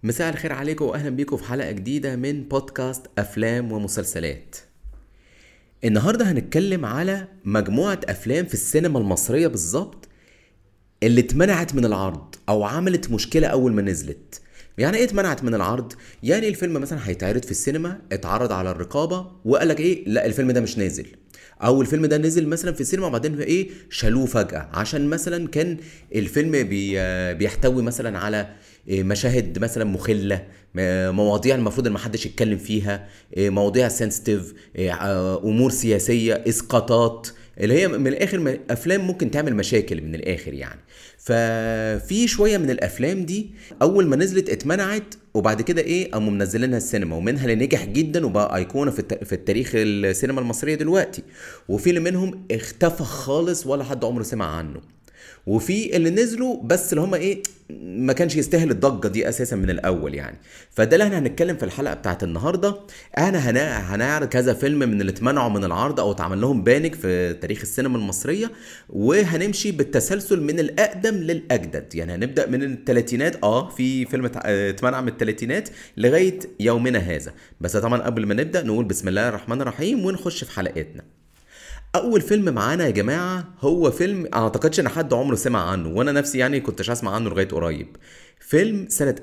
مساء الخير عليكم واهلا بيكم في حلقة جديدة من بودكاست افلام ومسلسلات. النهاردة هنتكلم على مجموعة افلام في السينما المصرية بالظبط اللي اتمنعت من العرض او عملت مشكلة اول ما نزلت. يعني ايه اتمنعت من العرض؟ يعني الفيلم مثلا هيتعرض في السينما، اتعرض على الرقابة وقال لك ايه، لا الفيلم ده مش نازل، او الفيلم ده نزل مثلا في السينما وبعدين ايه شالوه فجأة عشان مثلا كان الفيلم بيحتوي مثلا على مشاهد مثلا مخلة، مواضيع المفروض ان محدش يتكلم فيها، مواضيع سنسيتيف، امور سياسية، اسقاطات، اللي هي من الاخر افلام ممكن تعمل مشاكل من الاخر يعني. ففي شويه من الافلام دي اول ما نزلت اتمنعت، وبعد كده ايه قاموا منزلينها السينما، ومنها اللي نجح جدا وبقى ايقونه في التاريخ السينما المصريه دلوقتي، وفي اللي منهم اختفى خالص ولا حد عمره سمع عنه، وفي اللي نزلوا بس اللي هم ايه ما كانش يستاهل الضجه دي اساسا من الاول يعني. فده اللي احنا هنتكلم في الحلقه بتاعت النهارده. انا هنعرض كذا فيلم من اللي اتمنعوا من العرض او اتعمل لهم بانك في تاريخ السينما المصريه، وهنمشي بالتسلسل من الاقدم للاجدد. يعني هنبدا من الثلاثينات، في فيلم اتمنع من الثلاثينات لغايه يومنا هذا. بس طبعا قبل ما نبدا نقول بسم الله الرحمن الرحيم ونخش في حلقتنا. اول فيلم معانا يا جماعه هو فيلم اعتقدش ان حد عمره سمع عنه، وانا نفسي يعني كنتش اسمع عنه لغايه قريب. فيلم سنه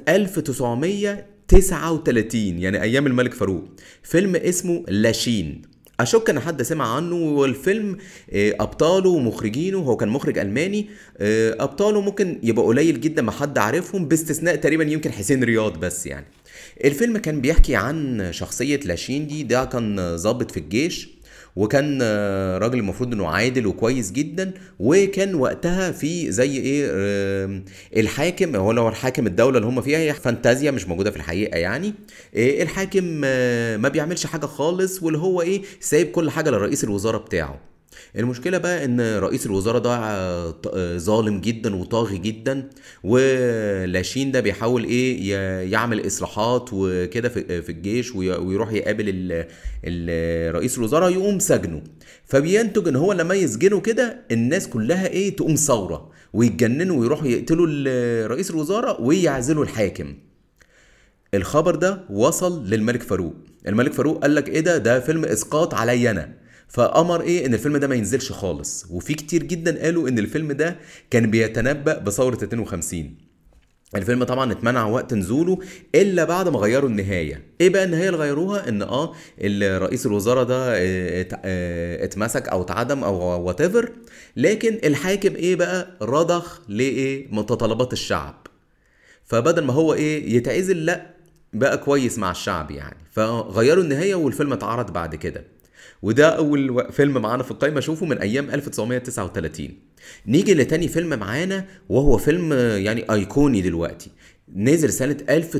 1939، يعني ايام الملك فاروق. فيلم اسمه لاشين. اشك ان حد سمع عنه. والفيلم ابطاله ومخرجينه، هو كان مخرج الماني، ابطاله ممكن يبقى قليل جدا ما حد عارفهم باستثناء تقريبا يمكن حسين رياض بس يعني. الفيلم كان بيحكي عن شخصيه لاشين دي. ده كان ضابط في الجيش، وكان راجل المفروض انه عادل وكويس جدا، وكان وقتها في زي ايه الحاكم، هو لو الحاكم الدوله اللي هم فيها هي فانتازيا مش موجوده في الحقيقه يعني. الحاكم ما بيعملش حاجه خالص، واللي هو ايه سايب كل حاجه لرئيس الوزراء بتاعه. المشكلة بقى ان رئيس الوزراء ده ظالم جدا وطاغي جدا، ولاشين ده بيحاول ايه يعمل اصلاحات وكده في الجيش، ويروح يقابل رئيس الوزراء يقوم سجنه. فبينتج ان هو لما يسجنه كده الناس كلها ايه تقوم ثورة ويتجننوا ويروحوا يقتلوا رئيس الوزراء ويعزلوا الحاكم. الخبر ده وصل للملك فاروق. الملك فاروق قال لك ايه ده فيلم اسقاط عليا انا، فامر ايه ان الفيلم ده ما ينزلش خالص. وفي كتير جدا قالوا ان الفيلم ده كان بيتنبأ بثورة 52. الفيلم طبعا اتمنع وقت نزوله الا بعد ما غيروا النهايه. ايه بقى النهايه اللي غيروها؟ ان الرئيس الوزراء ده اتمسك او اتعدم او وات ايفر، لكن الحاكم ايه بقى رضخ لايه متطلبات الشعب. فبدل ما هو ايه يتعزل، لا بقى كويس مع الشعب يعني. فغيروا النهايه والفيلم اتعرض بعد كده. وده اول فيلم معانا في القائمه اشوفه من ايام 1939. نيجي لتاني فيلم معانا وهو فيلم يعني ايقوني دلوقتي، نزل سنه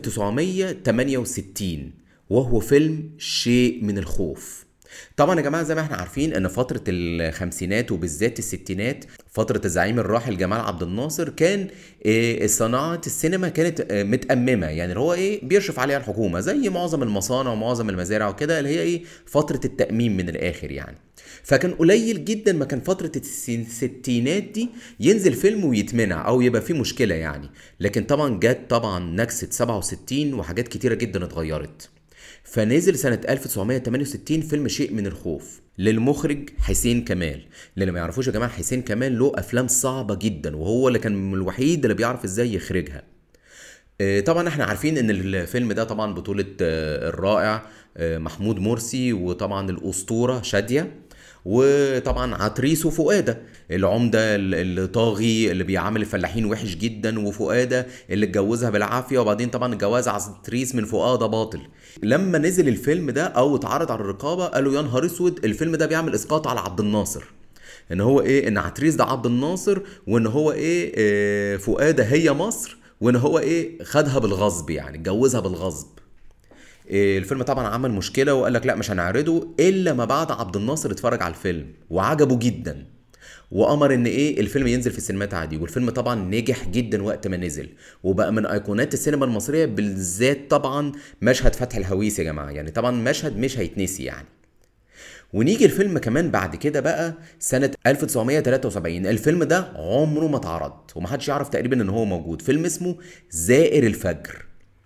1968، وهو فيلم شيء من الخوف. طبعا يا جماعه زي ما احنا عارفين ان فتره الخمسينات وبالذات الستينات فتره الزعيم الراحل جمال عبد الناصر كان صناعه السينما كانت متأممه، يعني اللي هو ايه بيشرف عليها الحكومه زي معظم المصانع ومعظم المزارع وكده، اللي هي ايه فتره التأميم من الاخر يعني. فكان قليل جدا ما كان فتره الستينات دي ينزل فيلم ويتمنع او يبقى فيه مشكله يعني. لكن طبعا جت طبعا نكسه 67 وحاجات كتيره جدا اتغيرت. فنزل سنة 1968 فيلم شيء من الخوف للمخرج حسين كمال. اللي ما يعرفوش يا جماعة، حسين كمال له أفلام صعبة جدا، وهو اللي كان الوحيد اللي بيعرف ازاي يخرجها. طبعا احنا عارفين ان الفيلم ده طبعا بطولة الرائع محمود مرسي، وطبعا الأسطورة شادية، وطبعا عتريس وفؤادة العمدة الطاغي اللي بيعامل الفلاحين وحش جدا، وفؤادة اللي اتجوزها بالعافية، وبعدين طبعا الجواز عتريس من فؤادة باطل. لما نزل الفيلم ده او اتعرض على الرقابة قالوا يا نهار اسود الفيلم ده بيعمل اسقاط على عبد الناصر، ان هو ايه ان عتريس ده عبد الناصر، وان هو ايه فؤادة هي مصر، وان هو ايه خدها بالغصب يعني اتجوزها بالغصب. الفيلم طبعا عمل مشكلة وقال لك لا مش هنعرضه الا ما بعد عبد الناصر اتفرج على الفيلم وعجبه جدا، وامر ان ايه الفيلم ينزل في السينمات عادي. والفيلم طبعا نجح جدا وقت ما نزل، وبقى من ايقونات السينما المصرية، بالذات طبعا مشهد فتح الهويس يا جماعة، يعني طبعا مشهد مش هيتنسي يعني. ونيجي الفيلم كمان بعد كده بقى سنة 1973. الفيلم ده عمره ما اتعرض ومحدش يعرف تقريبا ان هو موجود. فيلم اسمه زائر الفجر.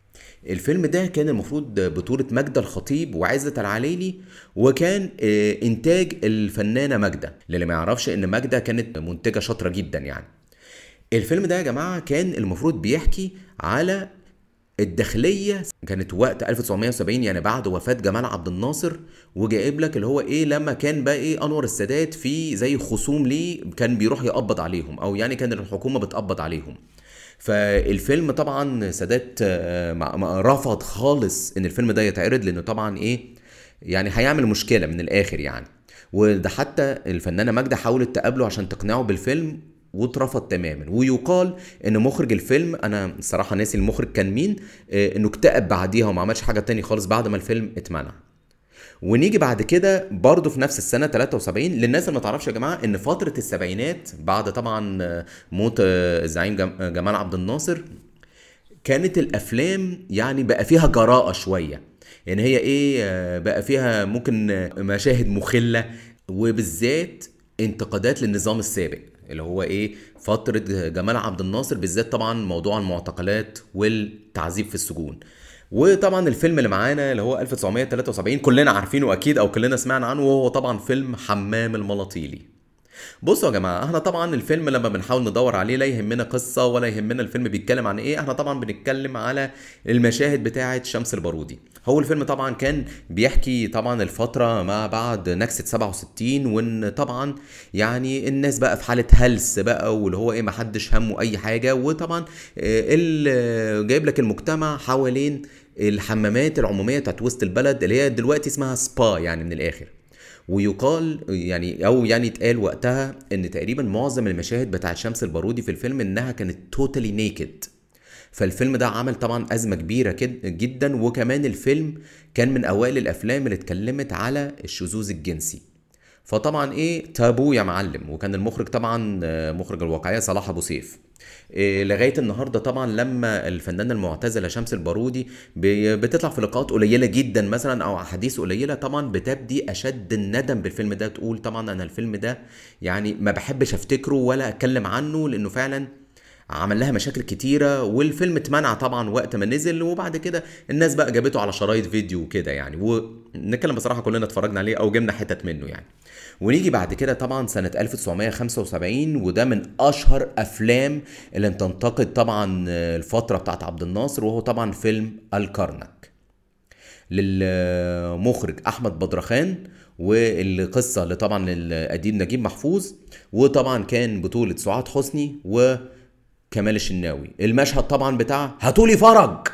الفيلم ده كان المفروض بطولة ماجدة الخطيب وعزت العليلي، وكان انتاج الفنانة ماجدة. اللي ما يعرفش ان ماجدة كانت منتجة شاطرة جدا يعني. الفيلم ده يا جماعة كان المفروض بيحكي على الداخلية، كانت وقت 1970 يعني بعد وفاة جمال عبد الناصر، وجايب لك اللي هو ايه لما كان بقى ايه انور السادات في زي خصوم ليه كان بيروح يقبض عليهم، او يعني كان الحكومة بتقبض عليهم. فالفيلم طبعا سادات رفض خالص ان الفيلم ده يتعرض، لانه طبعا ايه يعني هيعمل مشكلة من الاخر يعني. وده حتى الفنانة ماجدة حاولت تقابله عشان تقنعه بالفيلم واترفض تماما. ويقال ان مخرج الفيلم، انا الصراحة ناسي المخرج كان مين، انه اكتئب بعديها وما عملش حاجة تاني خالص بعد ما الفيلم اتمنع. ونيجي بعد كده برضه في نفس السنة 73، للناس اللي ما تعرفش يا جماعة ان فترة السبعينات بعد طبعا موت الزعيم جمال عبد الناصر، كانت الافلام يعني بقى فيها جراءة شوية. يعني هي ايه بقى فيها ممكن مشاهد مخلة، وبالذات انتقادات للنظام السابق اللي هو ايه فترة جمال عبد الناصر، بالذات طبعا موضوع المعتقلات والتعذيب في السجون. وطبعا الفيلم اللي معانا اللي هو 1973 كلنا عارفينه اكيد او كلنا سمعنا عنه، وهو طبعا فيلم حمام الملاطيلي. بصوا يا جماعه، احنا طبعا الفيلم لما بنحاول ندور عليه لا يهمنا قصه ولا يهمنا الفيلم بيتكلم عن ايه، احنا طبعا بنتكلم على المشاهد بتاعه شمس البارودي. هو الفيلم طبعا كان بيحكي طبعا الفتره ما بعد نكسه 67، وان طبعا يعني الناس بقى في حاله هلس بقى، واللي هو ايه محدش همه اي حاجه. وطبعا اللي جايب لك المجتمع حوالين الحمامات العموميه بتاعت وسط البلد اللي هي دلوقتي اسمها سبا يعني من الاخر. ويقال يعني او يعني اتقال وقتها ان تقريبا معظم المشاهد بتاعت شمس البارودي في الفيلم انها كانت توتالي نيكد. فالفيلم ده عمل طبعا ازمه كبيره جدا. وكمان الفيلم كان من اوائل الافلام اللي اتكلمت على الشذوذ الجنسي، فطبعا ايه تابو يا معلم. وكان المخرج طبعا مخرج الواقعيه صلاح ابو سيف. لغايه النهارده طبعا لما الفنانه المعتزله شمس البارودي بتطلع في لقاءات قليله جدا مثلا او احاديث قليله، طبعا بتبدي اشد الندم بالفيلم ده، تقول طبعا انا الفيلم ده يعني ما بحبش افتكره ولا اتكلم عنه، لانه فعلا عمل لها مشاكل كتيرة. والفيلم اتمنع طبعا وقت ما نزل، وبعد كده الناس بقى جابته على شرايط فيديو وكده يعني، ونتكلم بصراحة كلنا اتفرجنا عليه او جبنا حتت منه يعني. ونيجي بعد كده طبعا سنة 1975، وده من اشهر افلام اللي بتنتقد طبعا الفترة بتاعت عبد الناصر، وهو طبعا فيلم الكرنك للمخرج احمد بدرخان، والقصة اللي طبعا للأديب نجيب محفوظ. وطبعا كان بطولة سعاد حسني كمال الشناوي. المشهد طبعا بتاع هاتولي فرج،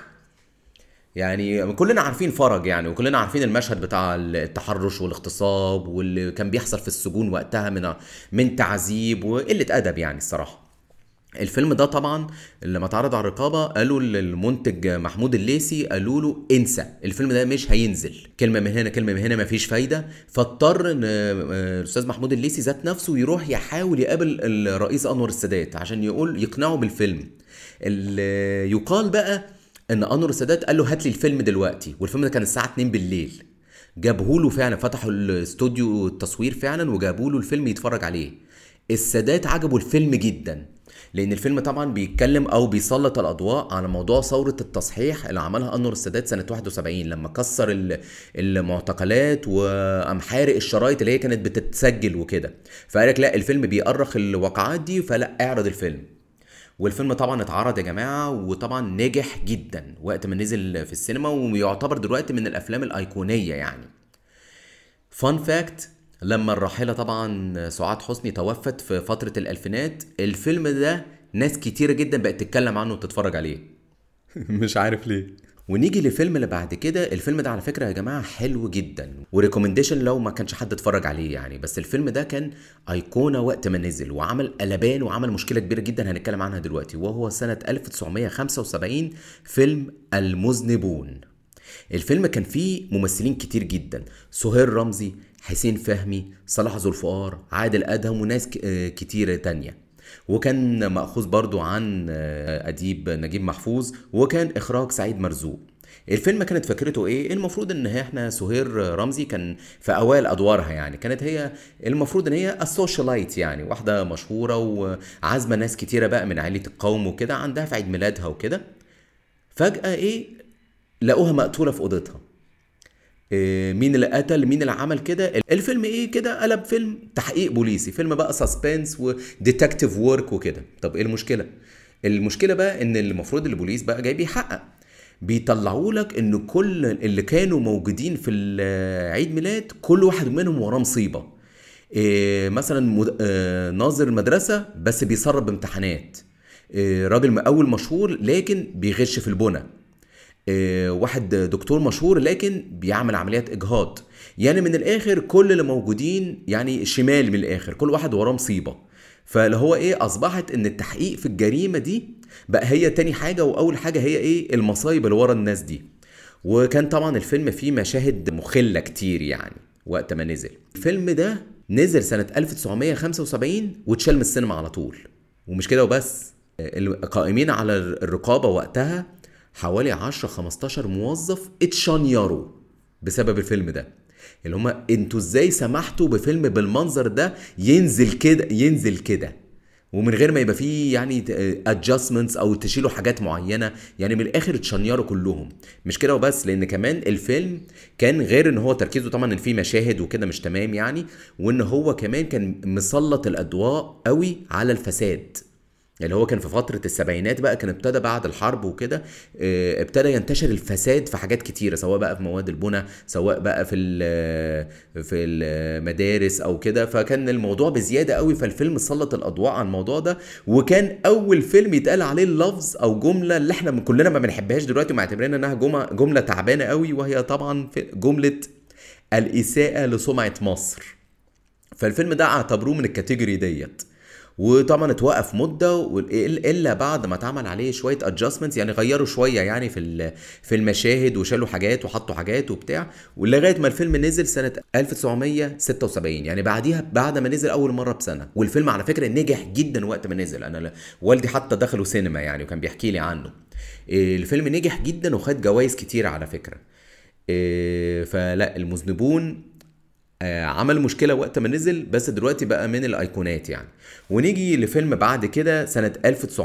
يعني كلنا عارفين فرج يعني، وكلنا عارفين المشهد بتاع التحرش والاغتصاب واللي كان بيحصل في السجون وقتها من تعذيب وقلة أدب يعني الصراحة. الفيلم ده طبعا لما اتعرض على الرقابه قالوا للمنتج محمود الليثي، قالوا له انسى الفيلم ده مش هينزل، كلمه من هنا كلمه من هنا مفيش فايده. فاضطر ان الاستاذ محمود الليثي ذات نفسه يروح يحاول يقابل الرئيس انور السادات عشان يقنعه بالفيلم. يقال بقى ان انور السادات قال له هات لي الفيلم دلوقتي، والفيلم ده كان الساعه 2 بالليل. جابه له فعلا، فتحوا الاستوديو التصوير فعلا وجابوا له الفيلم يتفرج عليه. السادات عجبه الفيلم جدا، لان الفيلم طبعا بيتكلم او بيسلط الاضواء على موضوع ثوره التصحيح اللي عملها انور السادات سنه 71 لما كسر المعتقلات وقام حارق الشرايط اللي هي كانت بتتسجل وكده. فقال لك لا الفيلم بيأرخ الواقعات دي، فلا اعرض الفيلم. والفيلم طبعا اتعرض يا جماعه، وطبعا نجح جدا وقت ما نزل في السينما، ويعتبر دلوقتي من الافلام الايقونيه يعني. فان فاكت، لما الراحلة طبعا سعاد حسني توفت في فترة الألفينات، الفيلم ده ناس كتيرة جدا بقت تتكلم عنه وتتفرج عليه. مش عارف ليه. ونيجي للفيلم اللي بعد كده. الفيلم ده على فكرة يا جماعة حلو جدا، وريكومنديشن لو ما كانش حد اتفرج عليه يعني. بس الفيلم ده كان أيقونة وقت ما نزل، وعمل قلبان وعمل مشكلة كبيرة جدا هنتكلم عنها دلوقتي، وهو سنة 1975 فيلم المذنبون. الفيلم كان فيه ممثلين كتير جدا، سهير رمزي، حسين فهمي، صلاح ذو الفقار، عادل ادهم، وناس كتيرة تانية. وكان مأخوذ برضو عن أديب نجيب محفوظ، وكان إخراج سعيد مرزوق. الفيلم كانت فكرته ايه؟ المفروض ان احنا سهير رمزي كان في اوائل ادوارها يعني، كانت هي المفروض ان هي السوشيالايت يعني، واحده مشهوره وعازمه ناس كتيره بقى من عائله القوم وكده عندها في عيد ميلادها وكده. فجاه ايه لقوها مقتولة في اوضتها. مين اللي قتل، مين اللي عمل كده. الفيلم ايه كده، قلب فيلم تحقيق بوليسي، فيلم بقى سسبنس وديتكتيف وورك وكده. طب ايه المشكله؟ المشكله بقى ان المفروض البوليس بقى جاي بيحقق، بيطلعوا لك ان كل اللي كانوا موجودين في عيد ميلاد كل واحد منهم وراه مصيبه. مثلا ناظر مدرسه بس بيسرب امتحانات، راجل مقاول مشهور لكن بيغش في البنى، واحد دكتور مشهور لكن بيعمل عمليات اجهاض. يعني من الاخر كل اللي موجودين يعني شمال، من الاخر كل واحد وراه مصيبه. فاللي هو ايه، اصبحت ان التحقيق في الجريمه دي بقى هي تاني حاجه، واول حاجه هي ايه، المصايب اللي ورا الناس دي. وكان طبعا الفيلم فيه مشاهد مخله كتير يعني. وقت ما نزل الفيلم ده نزل سنه 1975 واتشال من السينما على طول. ومش كده وبس، القائمين على الرقابه وقتها حوالي 10-15 موظف اتشنيروا بسبب الفيلم ده. اللي هما انتوا ازاي سمحتوا بفيلم بالمنظر ده ينزل كده ومن غير ما يبقى فيه يعني adjustments او تشيلوا حاجات معينه. يعني من الاخر اتشنيروا كلهم. مش كده وبس، لان كمان الفيلم كان غير ان هو تركيزه طبعا ان فيه مشاهد وكده مش تمام يعني، وان هو كمان كان مسلط الاضواء قوي على الفساد. اللي هو كان في فترة السبعينات بقى، كان ابتدى بعد الحرب وكده ابتدى ينتشر الفساد في حاجات كتيرة، سواء بقى في مواد البناء، سواء بقى في المدارس او كده. فكان الموضوع بزيادة قوي، فالفيلم سلط الاضواء على الموضوع ده. وكان اول فيلم يتقال عليه اللفظ او جملة اللي احنا كلنا ما بنحبهاش دلوقتي ومعتبرين انها جملة تعبانة قوي، وهي طبعا جملة الإساءة لسمعة مصر. فالفيلم ده اعتبروه من الكاتيجوري ديت. وطبعا اتوقف مده الا بعد ما اتعمل عليه شويه ادجستمنتس، يعني غيروا شويه يعني في المشاهد وشالوا حاجات وحطوا حاجات وبتاع، ولغايه ما الفيلم نزل سنه 1976. يعني بعديها بعد ما نزل اول مره بسنه. والفيلم على فكره نجح جدا وقت ما نزل. انا والدي حتى دخلوا سينما يعني وكان بيحكي لي عنه. الفيلم نجح جدا وخد جوائز كتير على فكره. فلا المذنبون عمل مشكلة وقت ما نزل، بس دلوقتي بقى من الأيقونات يعني. ونيجي لفيلم بعد كده سنة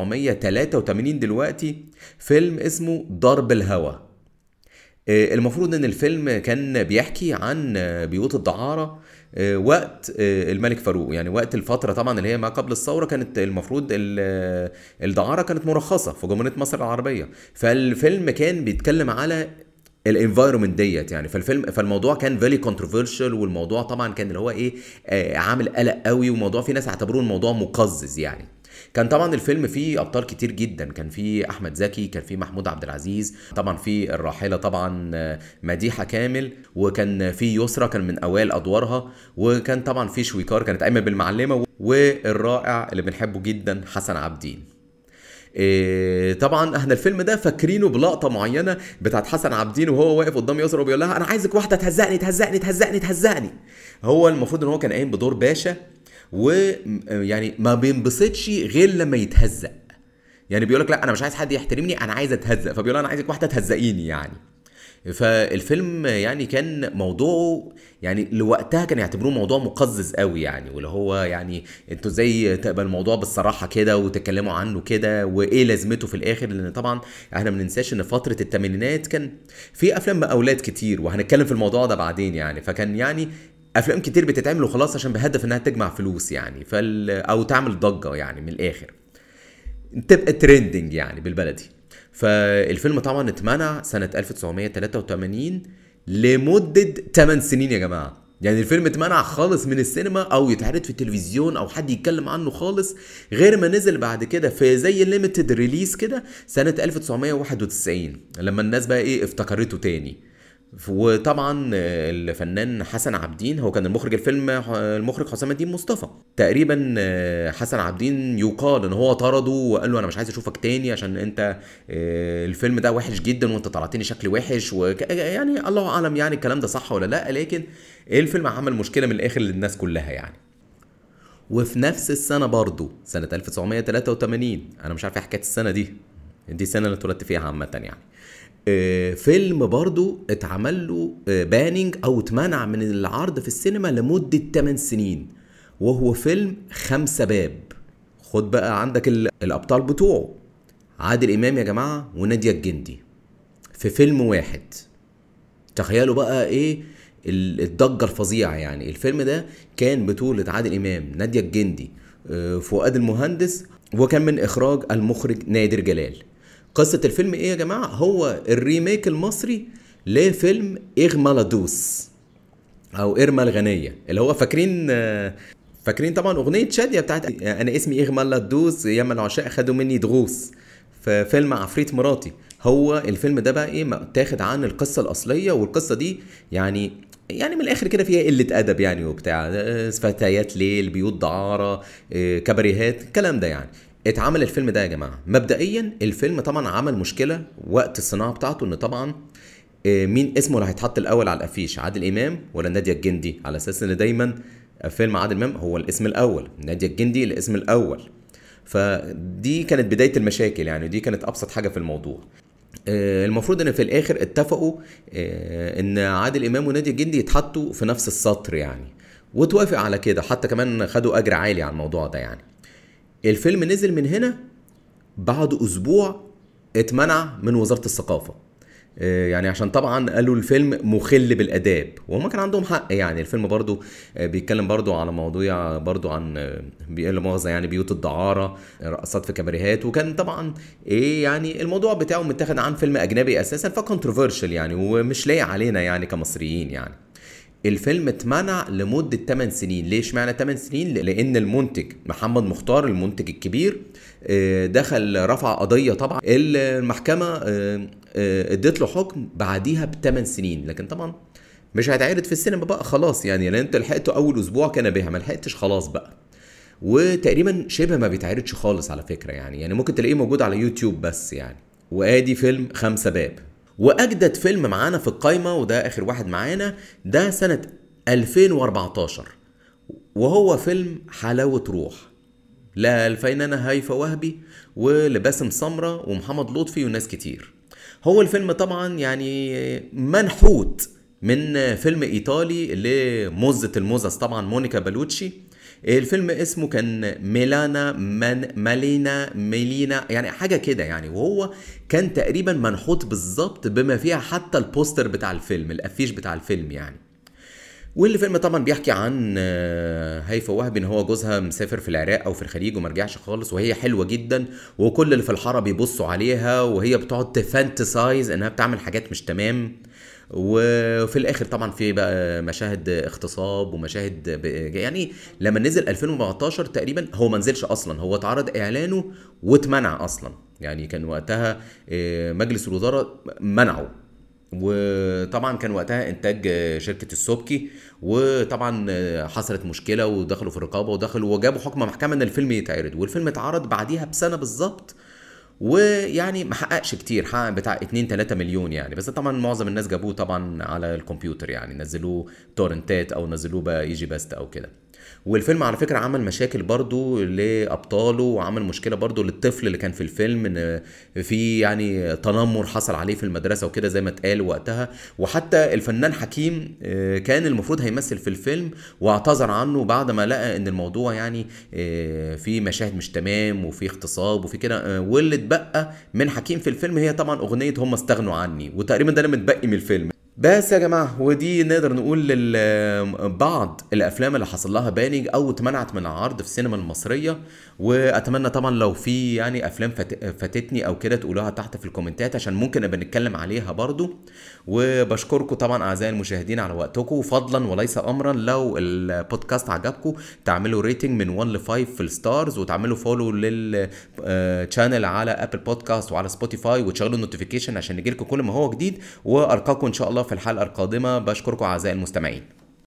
1983 دلوقتي، فيلم اسمه ضرب الهوى. المفروض ان الفيلم كان بيحكي عن بيوت الدعارة وقت الملك فاروق. يعني وقت الفترة طبعا اللي هي ما قبل الثورة، كانت المفروض الدعارة كانت مرخصة في جمهورية مصر العربية. فالفيلم كان بيتكلم على الانفايرمنت ديت يعني. فالموضوع كان فيري كونتروفيرشال، والموضوع طبعا كان اللي هو ايه، عامل قلق قوي، وموضوع في ناس اعتبروه الموضوع مقزز يعني. كان طبعا الفيلم فيه ابطال كتير جدا، كان فيه احمد زكي، كان فيه محمود عبد العزيز، طبعا فيه الراحله طبعا مديحه كامل، وكان فيه يسرا كان من اوائل ادوارها، وكان طبعا فيه شويكار كانت قايمه بالمعلمه، والرائع اللي بنحبه جدا حسن عابدين. طبعا احنا الفيلم ده فاكرينه بلقطه معينه بتاعت حسن عابدين وهو واقف قدام يسرا وبيقول لها انا عايزك واحده تهزقني تهزقني تهزقني تهزقني. هو المفروض ان هو كان قايم بدور باشا، ويعني ما بينبسطش غير لما يتهزق. يعني بيقول لك لا انا مش عايز حد يحترمني، انا عايز اتهزق، فبيقول انا عايزك واحده تهزقيني يعني. فالفيلم يعني كان موضوعه يعني لوقتها كان يعتبروه موضوع مقزز قوي يعني، واللي هو يعني انتوا ازاي تقبل الموضوع بالصراحه كده وتتكلموا عنه كده، وايه لازمته في الاخر. لان طبعا احنا ما ننساش ان فتره الثمانينات كان في افلام مقاولات كتير، وهنتكلم في الموضوع ده بعدين يعني. فكان يعني افلام كتير بتتعمل وخلاص عشان بهدف انها تجمع فلوس يعني، او تعمل ضجه يعني من الاخر، تبقى ترندنج يعني بالبلدي. فالفيلم طبعا اتمنع سنة 1983 لمدة 8 سنين يا جماعة. يعني الفيلم اتمنع خالص من السينما او يتعرض في التلفزيون او حد يتكلم عنه خالص، غير ما نزل بعد كده في زي ليميتد ريليس كده سنة 1991 لما الناس بقى ايه افتكرته تاني. وطبعا الفنان حسن عابدين هو كان المخرج الفيلم، المخرج حسام الدين مصطفى تقريبا. حسن عابدين يقال ان هو طرده وقال له انا مش عايز اشوفك تاني عشان انت الفيلم ده وحش جدا وانت طلعتني شكل وحش، يعني الله اعلم يعني الكلام ده صح ولا لا، لكن الفيلم عمل مشكله من الاخر للناس كلها يعني. وفي نفس السنه برضو سنه 1983، انا مش عارف ايه حكايه السنه دي السنه اللي اتولدت فيها عامه يعني، فيلم برضو اتعمل له بانينج او اتمنع من العرض في السينما لمدة 8 سنين، وهو فيلم 5 باب. خد بقى عندك الابطال بتوعه عادل امام يا جماعة ونادية الجندي. في فيلم واحد. تخيلوا بقى ايه الضجة الفظيعة يعني. الفيلم ده كان بطولة عادل إمام، نادية الجندي، فؤاد المهندس، وكان من إخراج المخرج نادر جلال. قصة الفيلم ايه يا جماعة؟ هو الريميك المصري لفيلم إغمالدوس او إرما الغنية، اللي هو فاكرين طبعا اغنية شادية بتاعت انا اسمي إغمالدوس ياما العشاق خدوا مني دروس، في فيلم عفريت مراتي. هو الفيلم ده بقى ايه متاخد عن القصة الأصلية، والقصة دي يعني من الاخر كده فيها قله ادب يعني وبتاع، فتيات ليل، بيوت دعاره، كباريهات، الكلام ده يعني. اتعمل الفيلم ده يا جماعه. مبدئيا الفيلم طبعا عمل مشكله وقت الصناعه بتاعته، ان طبعا مين اسمه اللي هيتحط الاول على الافيش، عادل امام ولا نادية الجندي؟ على اساس ان دايما فيلم عادل امام هو الاسم الاول، نادية الجندي الاسم الاول. فدي كانت بدايه المشاكل يعني، دي كانت ابسط حاجه في الموضوع. المفروض ان في الاخر اتفقوا ان عادل امام ونادية الجندي يتحطوا في نفس السطر يعني، وتوافق على كده، حتى كمان خدوا اجر عالي على الموضوع ده يعني. الفيلم نزل من هنا، بعد اسبوع اتمنع من وزارة الثقافة، يعني عشان طبعا قالوا الفيلم مخل بالاداب، وهم كان عندهم حق يعني. الفيلم برضو بيتكلم برضو على موضوع برضو عن لا مؤاخذه يعني بيوت الدعاره، رقصات في كباريهات، وكان طبعا ايه يعني الموضوع بتاعه متاخد عن فيلم اجنبي اساسا، فكونتروفيرشال يعني، ومش لايق علينا يعني كمصريين يعني. الفيلم اتمنع لمدة 8 سنين. ليش معنى 8 سنين؟ لأن المنتج محمد مختار، المنتج الكبير، دخل رفع قضية. طبعا المحكمة ادت له حكم بعديها ب8 سنين، لكن طبعا مش هيتعرض في السينما بقى خلاص يعني، لأن انت لحقته أول أسبوع كان بها، ما لحقتش خلاص بقى. وتقريبا شبه ما بيتعرضش خالص على فكرة يعني ممكن تلاقيه موجود على يوتيوب بس يعني. وادي فيلم 5 باب. واجدد فيلم معانا في القايمه، وده اخر واحد معانا، ده سنه 2014، وهو فيلم حلاوه روح للفنانه هيفاء وهبي ولباسم سمره ومحمد لطفي وناس كتير. هو الفيلم طبعا يعني منحوت من فيلم ايطالي لموزة الموزس طبعا مونيكا بلوتشي. الفيلم اسمه كان ميلينا يعني حاجة كده يعني، وهو كان تقريبا منحوت بالظبط بما فيها حتى البوستر بتاع الفيلم، الافيش بتاع الفيلم يعني. والفيلم طبعا بيحكي عن هيفاء وهبي ان هو جوزها مسافر في العراق او في الخليج وما رجعش خالص، وهي حلوه جدا وكل اللي في الحاره بيبصوا عليها، وهي بتقعد تفانتسايز انها بتعمل حاجات مش تمام. وفي الاخر طبعا في بقى مشاهد اغتصاب ومشاهد يعني. لما نزل 2014 تقريبا، هو ما نزلش اصلا، هو اتعرض اعلانه واتمنع اصلا يعني. كان وقتها مجلس الوزراء منعه، وطبعا كان وقتها انتاج شركة السبكي، وطبعا حصلت مشكلة ودخلوا في الرقابة ودخلوا وجابوا حكم محكمة ان الفيلم يتعرض، والفيلم اتعرض بعديها بسنة بالظبط، ويعني ما حققش كتير، حقق بتاع 2-3 مليون يعني. بس طبعا معظم الناس جابوه طبعا على الكمبيوتر يعني، نزلوه تورنتات او نزلوه بقى يجي باست او كده. والفيلم على فكرة عمل مشاكل برضو لأبطاله، وعمل مشكلة برضو للطفل اللي كان في الفيلم، ان في يعني تنمر حصل عليه في المدرسة وكده زي ما اتقال وقتها. وحتى الفنان حكيم كان المفروض هيمثل في الفيلم واعتذر عنه بعد ما لقى ان الموضوع يعني في مشاهد مش تمام وفي اغتصاب وفي كده. واللي اتبقى من حكيم في الفيلم هي طبعا اغنية هم استغنوا عني، وتقريبا ده اللي متبقي من الفيلم بس يا جماعة. ودي نقدر نقول بعض الأفلام اللي حصل لها بانج أو اتمنعت من العرض في السينما المصرية. وأتمنى طبعا لو في يعني أفلام فاتتني أو كده تقولوها تحت في الكومنتات، عشان ممكن نبقى نتكلم عليها برضو. وبشكركم طبعا أعزائي المشاهدين على وقتكم، فضلا وليس أمرا لو البودكاست عجبكم تعملوا ريتنج من 1 ل 5 في الستارز، وتعملوا فولو للشانل على أبل بودكاست وعلى سبوتيفاي، وتشغلوا النوتيفيكيشن عشان يجيلكم كل ما هو جديد. وألقاكم إن شاء الله في الحلقة القادمة. بشكركم أعزائي المستمعين.